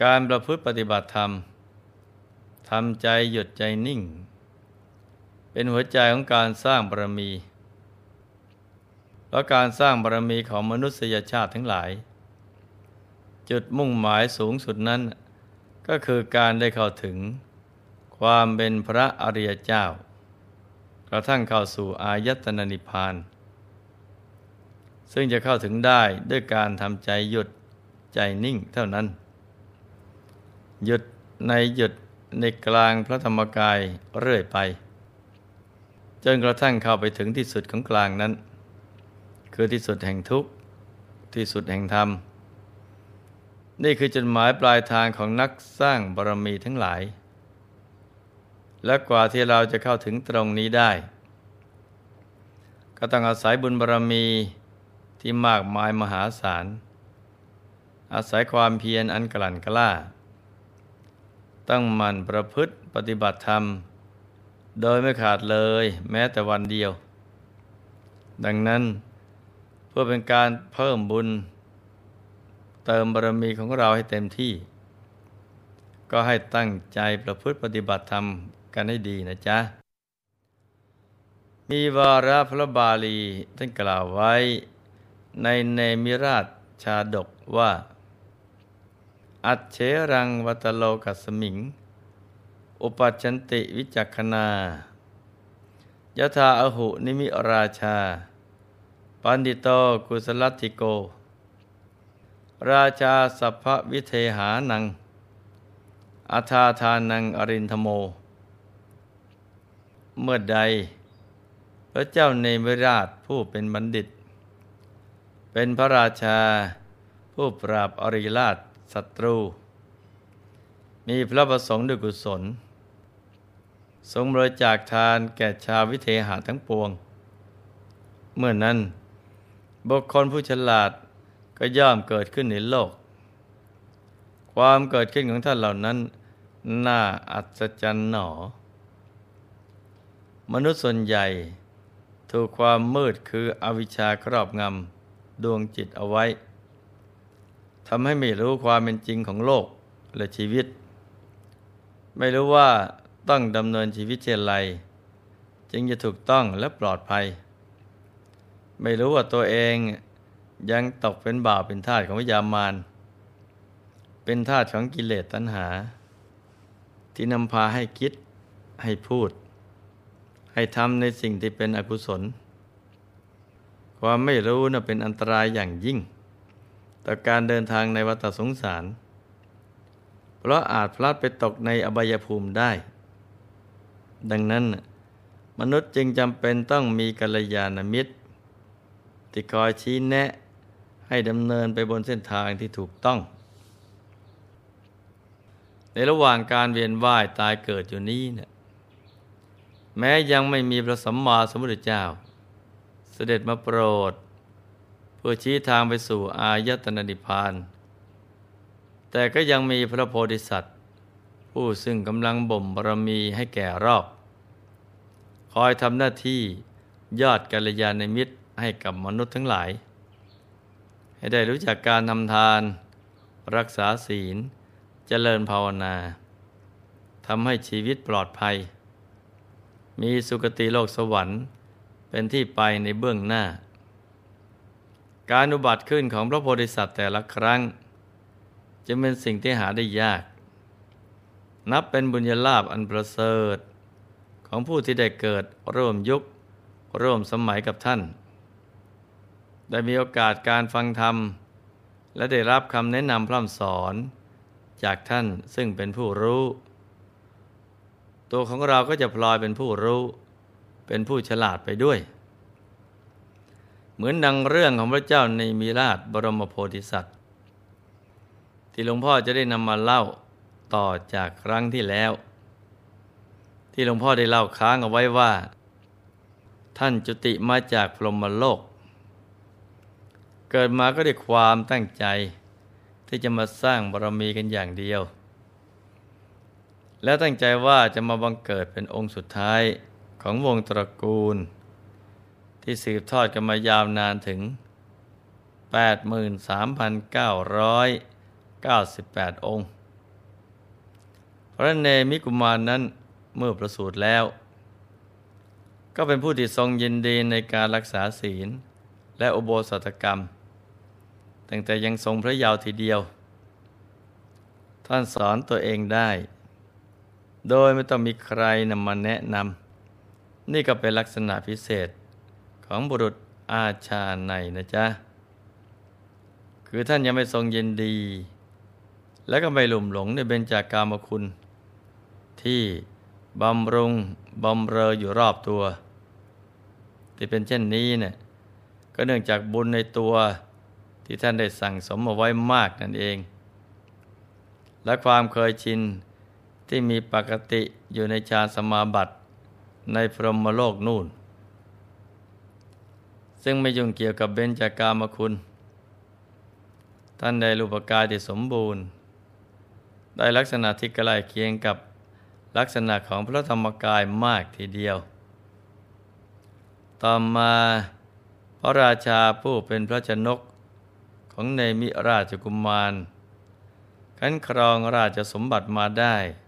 การประพฤติปฏิบัติธรรมทำใจหยุดใจนิ่งเป็นหัวใจของการสร้างบารมีและการสร้างบารมีของมนุษยชาติทั้งหลายจุดมุ่งหมายสูงสุดนั้นก็คือการได้เข้าถึงความเป็นพระอริยเจ้ากระทั่งเข้าสู่อายตนะนิพพานซึ่งจะเข้าถึงได้ด้วยการทำใจหยุดใจนิ่งเท่านั้นหยุดในกลางพระธรรมกายเรื่อยไปจนกระทั่งเข้าไปถึงที่สุดของกลางนั้นคือที่สุดแห่งทุกข์ที่สุดแห่งธรรมนี่คือจุดหมายปลายทางของนักสร้างบารมีทั้งหลายและกว่าที่เราจะเข้าถึงตรงนี้ได้ก็ต้องอาศัยบุญบารมีที่มากมายมหาศาลอาศัยความเพียรอันกลั่นกล้าต้องหมั่นประพฤติปฏิบัติธรรมโดยไม่ขาดเลยแม้แต่วันเดียวดังนั้นเพื่อเป็นการเพิ่มบุญเติมบารมีของเราให้เต็มที่ก็ให้ตั้งใจประพฤติปฏิบัติธรรมกันให้ดีนะจ๊ะมีวาระพระบาลีท่านกล่าวไว้ในเนมิราชชาดกว่าอัจเฉรังวัตโลกัสสมิงอุปัชชันติวิจักขณายะธาอหุนิมิราชาปันดิโตกุสลัตถิโกราชาสัพพวิเทหานังอัฏฐาทานังอรินทโมเมื่อใดพระเจ้าเนมิราชผู้เป็นบัณฑิตเป็นพระราชาผู้ปราบอริราชศัตรูมีพระประสงค์ด้วยกุศลทรงบริจาคทานแก่ชาววิเทหะทั้งปวงเมื่อนั้นบุคคลผู้ฉลาดก็ย่อมเกิดขึ้นในโลกความเกิดขึ้นของท่านเหล่านั้นน่าอัศจรรย์หนอมนุษย์ส่วนใหญ่ถูกความมืดคืออวิชชาครอบงำดวงจิตเอาไว้ทำให้ไม่รู้ความเป็นจริงของโลกและชีวิตไม่รู้ว่าต้องดำเนินชีวิตเช่นไรจึงจะถูกต้องและปลอดภัยไม่รู้ว่าตัวเองยังตกเป็นบ่าวเป็นทาสของวิญญาณมารเป็นทาสของกิเลสตัณหาที่นำพาให้คิดให้พูดให้ทำในสิ่งที่เป็นอกุศลความไม่รู้น่ะเป็นอันตรายอย่างยิ่งต่อการเดินทางในวัฏสงสารเพราะอาจพลัดไปตกในอบายภูมิได้ดังนั้นมนุษย์จึงจำเป็นต้องมีกัลยาณมิตรที่คอยชี้แนะให้ดำเนินไปบนเส้นทางที่ถูกต้องในระหว่างการเวียนว่ายตายเกิดอยู่นี้เนี่ยแม้ยังไม่มีพระสัมมาสัมพุทธเจ้าเสด็จมาโปรดเพื่อชี้ทางไปสู่อายตนะนิพพานแต่ก็ยังมีพระโพธิสัตว์ผู้ซึ่งกำลังบ่มบารมีให้แก่รอบคอยทำหน้าที่ยอดกัลยาณมิตรให้กับมนุษย์ทั้งหลายให้ได้รู้จักการทำทานรักษาศีลเจริญภาวนาทำให้ชีวิตปลอดภัยมีสุคติโลกสวรรค์เป็นที่ไปในเบื้องหน้าการอุบัติขึ้นของพระโพธิสัตว์แต่ละครั้งจะเป็นสิ่งที่หาได้ยากนับเป็นบุญญาลาภอันประเสริฐของผู้ที่ได้เกิดร่วมยุคร่วมสมัยกับท่านได้มีโอกาสการฟังธรรมและได้รับคำแนะนำพร่ำสอนจากท่านซึ่งเป็นผู้รู้ตัวของเราก็จะพลอยเป็นผู้รู้เป็นผู้ฉลาดไปด้วยเหมือนดังเรื่องของพระเจ้าในมิราชบรมโพธิสัตว์ที่หลวงพ่อจะได้นำมาเล่าต่อจากครั้งที่แล้วที่หลวงพ่อได้เล่าค้างเอาไว้ว่าท่านจุติมาจากพรหมโลกเกิดมาก็ด้วยความตั้งใจที่จะมาสร้างบารมีกันอย่างเดียวแล้วตั้งใจว่าจะมาบังเกิดเป็นองค์สุดท้ายของวงตระกูลที่สืบทอดกันมายาวนานถึง 83,998 องค์ระเนมิกุมารนั้นเมื่อประสูติแล้ว ก็เป็นผู้ที่ทรงยินดีในการรักษาศีลและอุโบสถกรรมตั้งแต่ยังทรงพระเยาว์ทีเดียวท่านสอนตัวเองได้โดยไม่ต้องมีใครนำมาแนะนำนี่ก็เป็นลักษณะพิเศษของบุรุษอาชาในนะจ๊ะคือท่านยังไม่ทรงยินดีและก็ไม่หลุ่มหลงในเบญจากามคุณที่บำรุงบำเรออยู่รอบตัวที่เป็นเช่นนี้เนี่ยก็เนื่องจากบุญในตัวที่ท่านได้สั่งสมเอาไว้มากนั่นเองและความเคยชินที่มีปกติอยู่ในฌานสมาบัติในพรหมโลกนู่นซึ่งไม่ยุ่งเกี่ยวกับเบญจากามคุณท่านได้รูปกายที่สมบูรณ์ได้ลักษณะที่ใกล้เคียงกับลักษณะของพระธรรมกายมากทีเดียวต่อมาพระราชาผู้เป็นพระชนกของเนมิราชกุมารขันครองราชสมบัติมาได้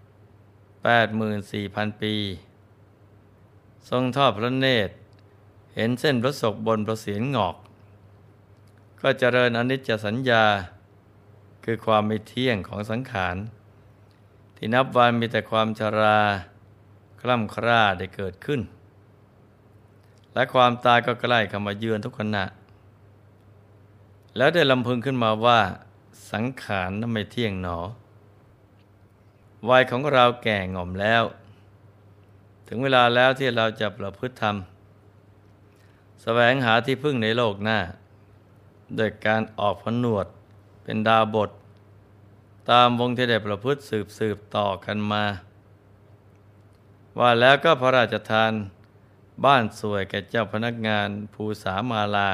84,000 ปีทรงทอดพระเนตรเห็นเส้นพระศกบนพระเศียรงอกก็เจริญอนิจจสัญญาคือความไม่เที่ยงของสังขารที่นับวันมีแต่ความชราคล่ำคร่าได้เกิดขึ้นและความตายก็ใกล้เข้ามาเยือนทุกขณะแล้วได้ลำพึงขึ้นมาว่าสังขารนั้นไม่เที่ยงหนอวัยของเราแก่ง่อมแล้วถึงเวลาแล้วที่เราจะประพฤติธรรมแสวงหาที่พึ่งในโลกหน้าโดยการออกผนวดเป็นดาบทตามวงที่ได้ประพฤติสืบต่อกันมาว่าแล้วก็พระราชทานบ้านสวยแก่เจ้าพนักงานภูษามาลา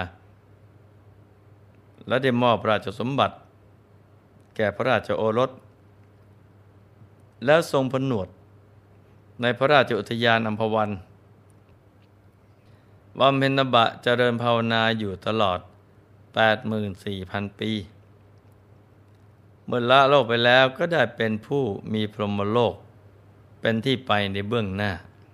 และได้มอบราชสมบัติแก่พระราชโอรสแล้วทรงผนวดในพระราชอุทยานอัมพวันบำเพ็ญบะเจริญภาวนาอยู่ตลอด 84,000 ปีเมื่อละโลกไปแล้วก็ได้เป็นผู้มีพรหมโลกเป็นที่ไปในเบื้องหน้า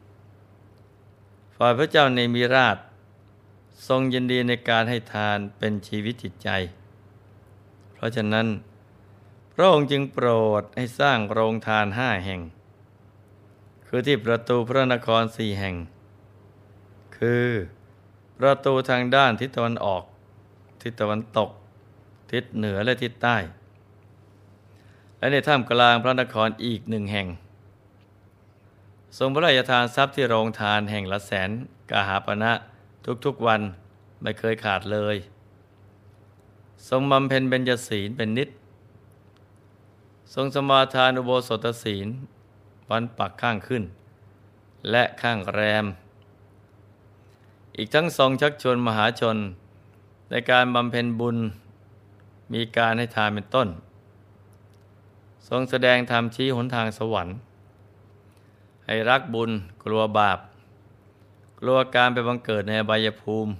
ฝ่ายพระเจ้าเนมิราชทรงยินดีในการให้ทานเป็นชีวิตจิตใจเพราะฉะนั้นพระองค์จึงโปรดให้สร้างโรงทาน5 แห่งคือที่ประตูพระนคร4 แห่งคือประตูทางด้านทิศตะวันออกทิศตะวันตกทิศเหนือและทิศใต้และในท่ามกลางพระนครอีก1 แห่งทรงพระราชทานทรัพย์ที่โรงทานแห่งละ100,000 กหาปณะทุกๆวันไม่เคยขาดเลยทรงบำเพ็ญเบญจศีลเป็นนิจทรงสมาทานอุโบสถศีลวันปักข้างขึ้นและข้างแรมอีกทั้งทรงชักชวนมหาชนในการบำเพ็ญบุญมีการให้ทานเป็นต้นทรงแสดงธรรมชี้หนทางสวรรค์ให้รักบุญกลัวบาปกลัวการไปบังเกิดในอบายภูมิ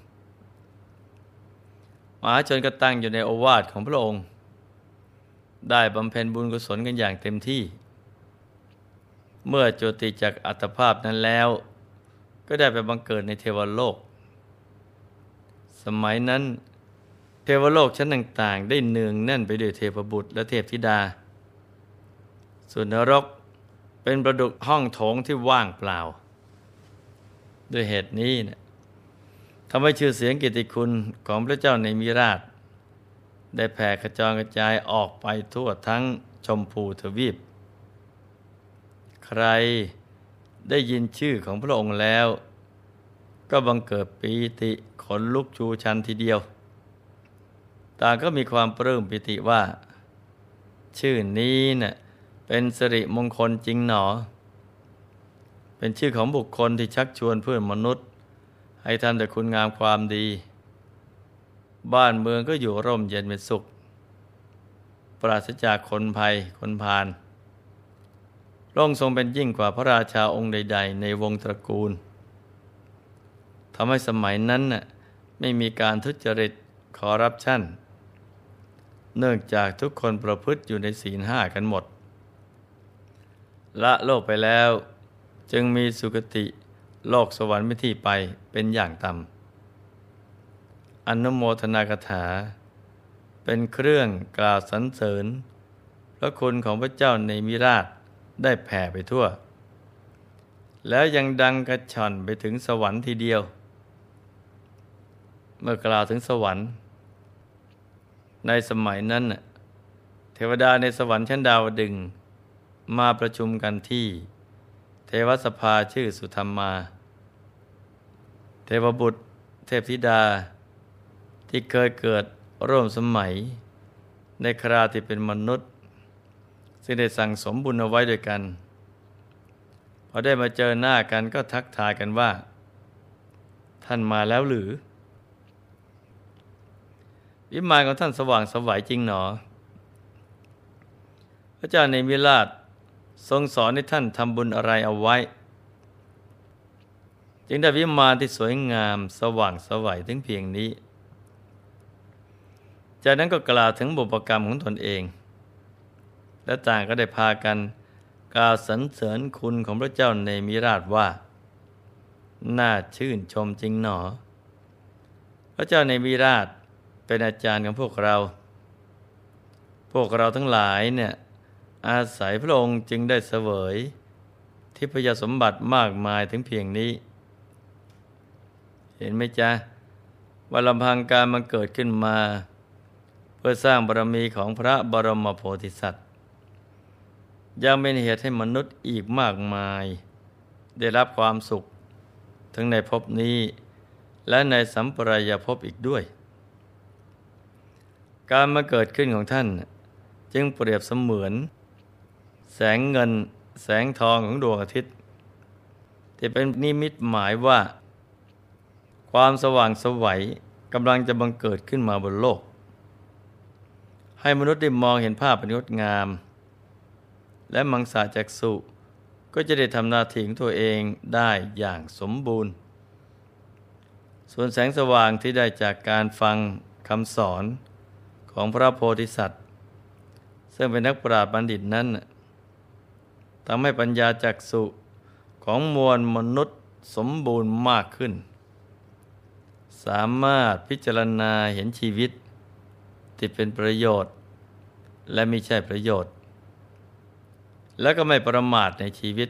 มหาชนก็ตั้งอยู่ในโอวาทของพระองค์ได้บำเพ็ญบุญกุศลกันอย่างเต็มที่เมื่อจุติจากอัตภาพนั้นแล้วก็ได้ไปบังเกิดในเทวโลกสมัยนั้นเทวโลกชั้นต่างๆได้เนืองแน่นไปด้วยเทพบุตรและเทพธิดาส่วนนรกเป็นประดุจห้องโถงที่ว่างเปล่าด้วยเหตุนี้เนี่ยทำให้ชื่อเสียงกิตติคุณของพระเจ้าเนมิราชได้แผ่กระจรกระจายออกไปทั่วทั้งชมพูทวีปใครได้ยินชื่อของพระองค์แล้วก็บังเกิดปีติขนลุกชูชันทีเดียวต่างก็มีความปลื้มปิติว่าชื่อนี้น่ะเป็นสิริมงคลจริงหนอเป็นชื่อของบุคคลที่ชักชวนเพื่อนมนุษย์ให้ทำแต่คุณงามความดีบ้านเมืองก็อยู่ร่มเย็นเป็นสุขปราศจากคนภัยคนพาลพระองค์ทรงเป็นยิ่งกว่าพระราชาองค์ใดๆในวงตระกูลทำให้สมัยนั้นน่ะไม่มีการทุจริตคอร์รัปชันเนื่องจากทุกคนประพฤติอยู่ในศีล 5กันหมดละโลกไปแล้วจึงมีสุคติโลกสวรรค์เป็นที่ไปเป็นอย่างต่ำอนุโมทนากถาเป็นเครื่องกล่าวสรรเสริญพระคุณของพระเจ้าเนมิราชได้แผ่ไปทั่วแล้วยังดังกระช่อนไปถึงสวรรค์ทีเดียวเมื่อกล่าวถึงสวรรค์ในสมัยนั้นเทวดาในสวรรค์ชั้นดาวดึงส์มาประชุมกันที่เทวสภาชื่อสุธรรมา เทพบุตรเทพธิดาที่เคยเกิดร่วมสมัยในคราที่เป็นมนุษย์ซึ่งได้สั่งสมบุญเอาไว้ด้วยกันพอได้มาเจอหน้ากันก็ทักทายกันว่าท่านมาแล้วหรือวิมานของท่านสว่างไสวจริงหนอพระเจ้าเนมิราชทรงสอนให้ท่านทำบุญอะไรเอาไว้จึงได้วิมานที่สวยงามสว่างไสวถึงเพียงนี้จากนั้นก็กล่าวถึงบุพกรรมของตนเองและต่างก็ได้พากันกล่าวสรรเสริญคุณของพระเจ้าเนมิราชว่าน่าชื่นชมจริงหนอพระเจ้าเนมิราชเป็นอาจารย์ของพวกเราทั้งหลายเนี่ยอาศัยพระองค์จึงได้เสวยทิพยสมบัติมากมายถึงเพียงนี้เห็นไหมจ๊ะว่าลำพังการมันเกิดขึ้นมาเพื่อสร้างบารมีของพระบรมโพธิสัตว์ยังเป็นเหตุให้มนุษย์อีกมากมายได้รับความสุขทั้งในภพนี้และในสัมปรายภพอีกด้วยการมาเกิดขึ้นของท่านจึงเปรียบเสมือนแสงเงินแสงทองของดวงอาทิตย์ที่เป็นนิมิตหมายว่าความสว่างไสวกำลังจะบังเกิดขึ้นมาบนโลกให้มนุษย์ได้มองเห็นภาพเป็นงดงามและมังสาจักษุก็จะได้ทำหน้าที่ของตัวเองได้อย่างสมบูรณ์ส่วนแสงสว่างที่ได้จากการฟังคำสอนของพระโพธิสัตว์ซึ่งเป็นนักปราชญ์บัณฑิตนั้นทำให้ปัญญาจักษุของมวลมนุษย์สมบูรณ์มากขึ้นสามารถพิจารณาเห็นชีวิตที่เป็นประโยชน์และไม่ใช่ประโยชน์แล้วก็ไม่ประมาทในชีวิต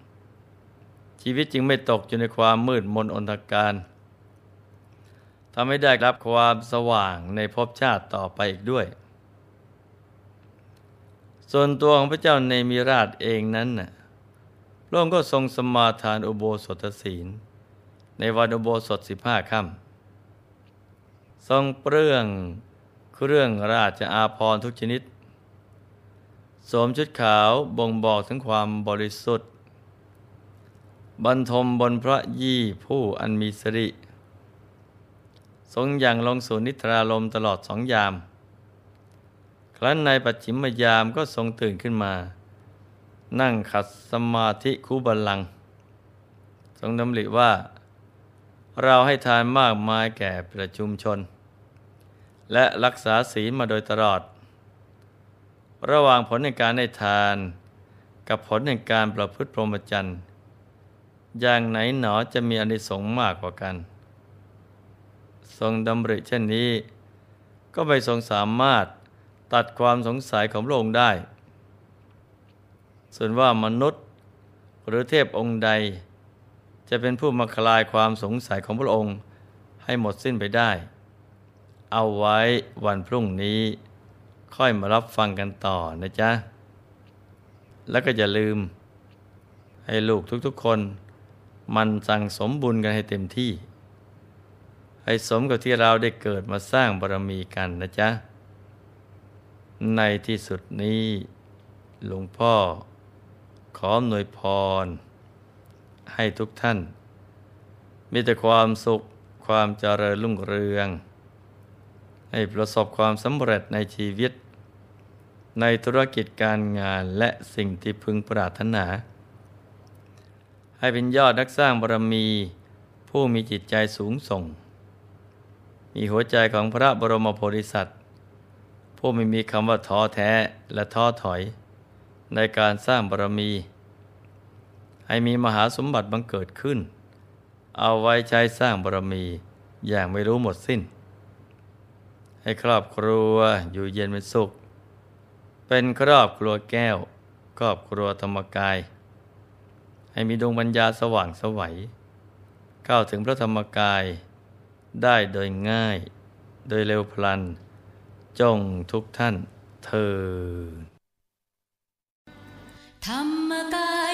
จึงไม่ตกอยู่ในความมืดมนอนทการทำให้ได้รับความสว่างในภพชาติต่อไปอีกด้วยส่วนตัวของพระเจ้าเนมิราชเองนั้นพระองค์ก็ทรงสมาทานอุโบสถศีลในวันอุโบสถ15 ค่ำทรงเปลื้องเครื่องราชอาภรณ์ทุกชนิดสวมชุดขาวบ่งบอกถึงความบริสุทธิ์บรรทมบนพระยี่ผู้อันมีสิริทรงอย่างลงสู่นิทราลมตลอด2 ยามครั้นในปัจฉิมยามก็ทรงตื่นขึ้นมานั่งขัดสมาธิคูบัลลังก์ทรงดำริว่าเราให้ทานมากมายแก่ประชุมชนและรักษาศีลมาโดยตลอดระหว่างผลในการให้ทานกับผลในการประพฤติพรหมจรรย์อย่างไหนหนอจะมีอานิสงส์มากกว่ากันทรงดำริเช่นนี้ก็ไม่ทรงสามารถตัดความสงสัยของพระองค์ได้ส่วนว่ามนุษย์หรือเทพองค์ใดจะเป็นผู้มาคลายความสงสัยของพระองค์ให้หมดสิ้นไปได้เอาไว้วันพรุ่งนี้ค่อยมารับฟังกันต่อนะจ๊ะแล้วก็อย่าลืมให้ลูกทุกๆคนมันสั่งสมบุญกันให้เต็มที่ให้สมกับที่เราได้เกิดมาสร้างบารมีกันนะจ๊ะในที่สุดนี้หลวงพ่อขออำนวยพรให้ทุกท่านมีแต่ความสุขความเจริญรุ่งเรืองให้ประสบความสำเร็จในชีวิตในธุรกิจการงานและสิ่งที่พึงปรารถนาให้เป็นยอดนักสร้างบารมีผู้มีจิตใจสูงส่งมีหัวใจของพระบรมโพธิสัตว์ผู้ไม่มีคำว่าท้อแท้และท้อถอยในการสร้างบารมีให้มีมหาสมบัติบังเกิดขึ้นเอาไว้ใช้สร้างบารมีอย่างไม่รู้หมดสิ้นให้ครอบครัวอยู่เย็นเป็นสุขเป็นครอบครัวแก้วครอบครัวธรรมกายให้มีดวงปัญญาสว่างไสวเข้าถึงพระธรรมกายได้โดยง่ายโดยเร็วพลันจงทุกท่านเทอญธรรมกาย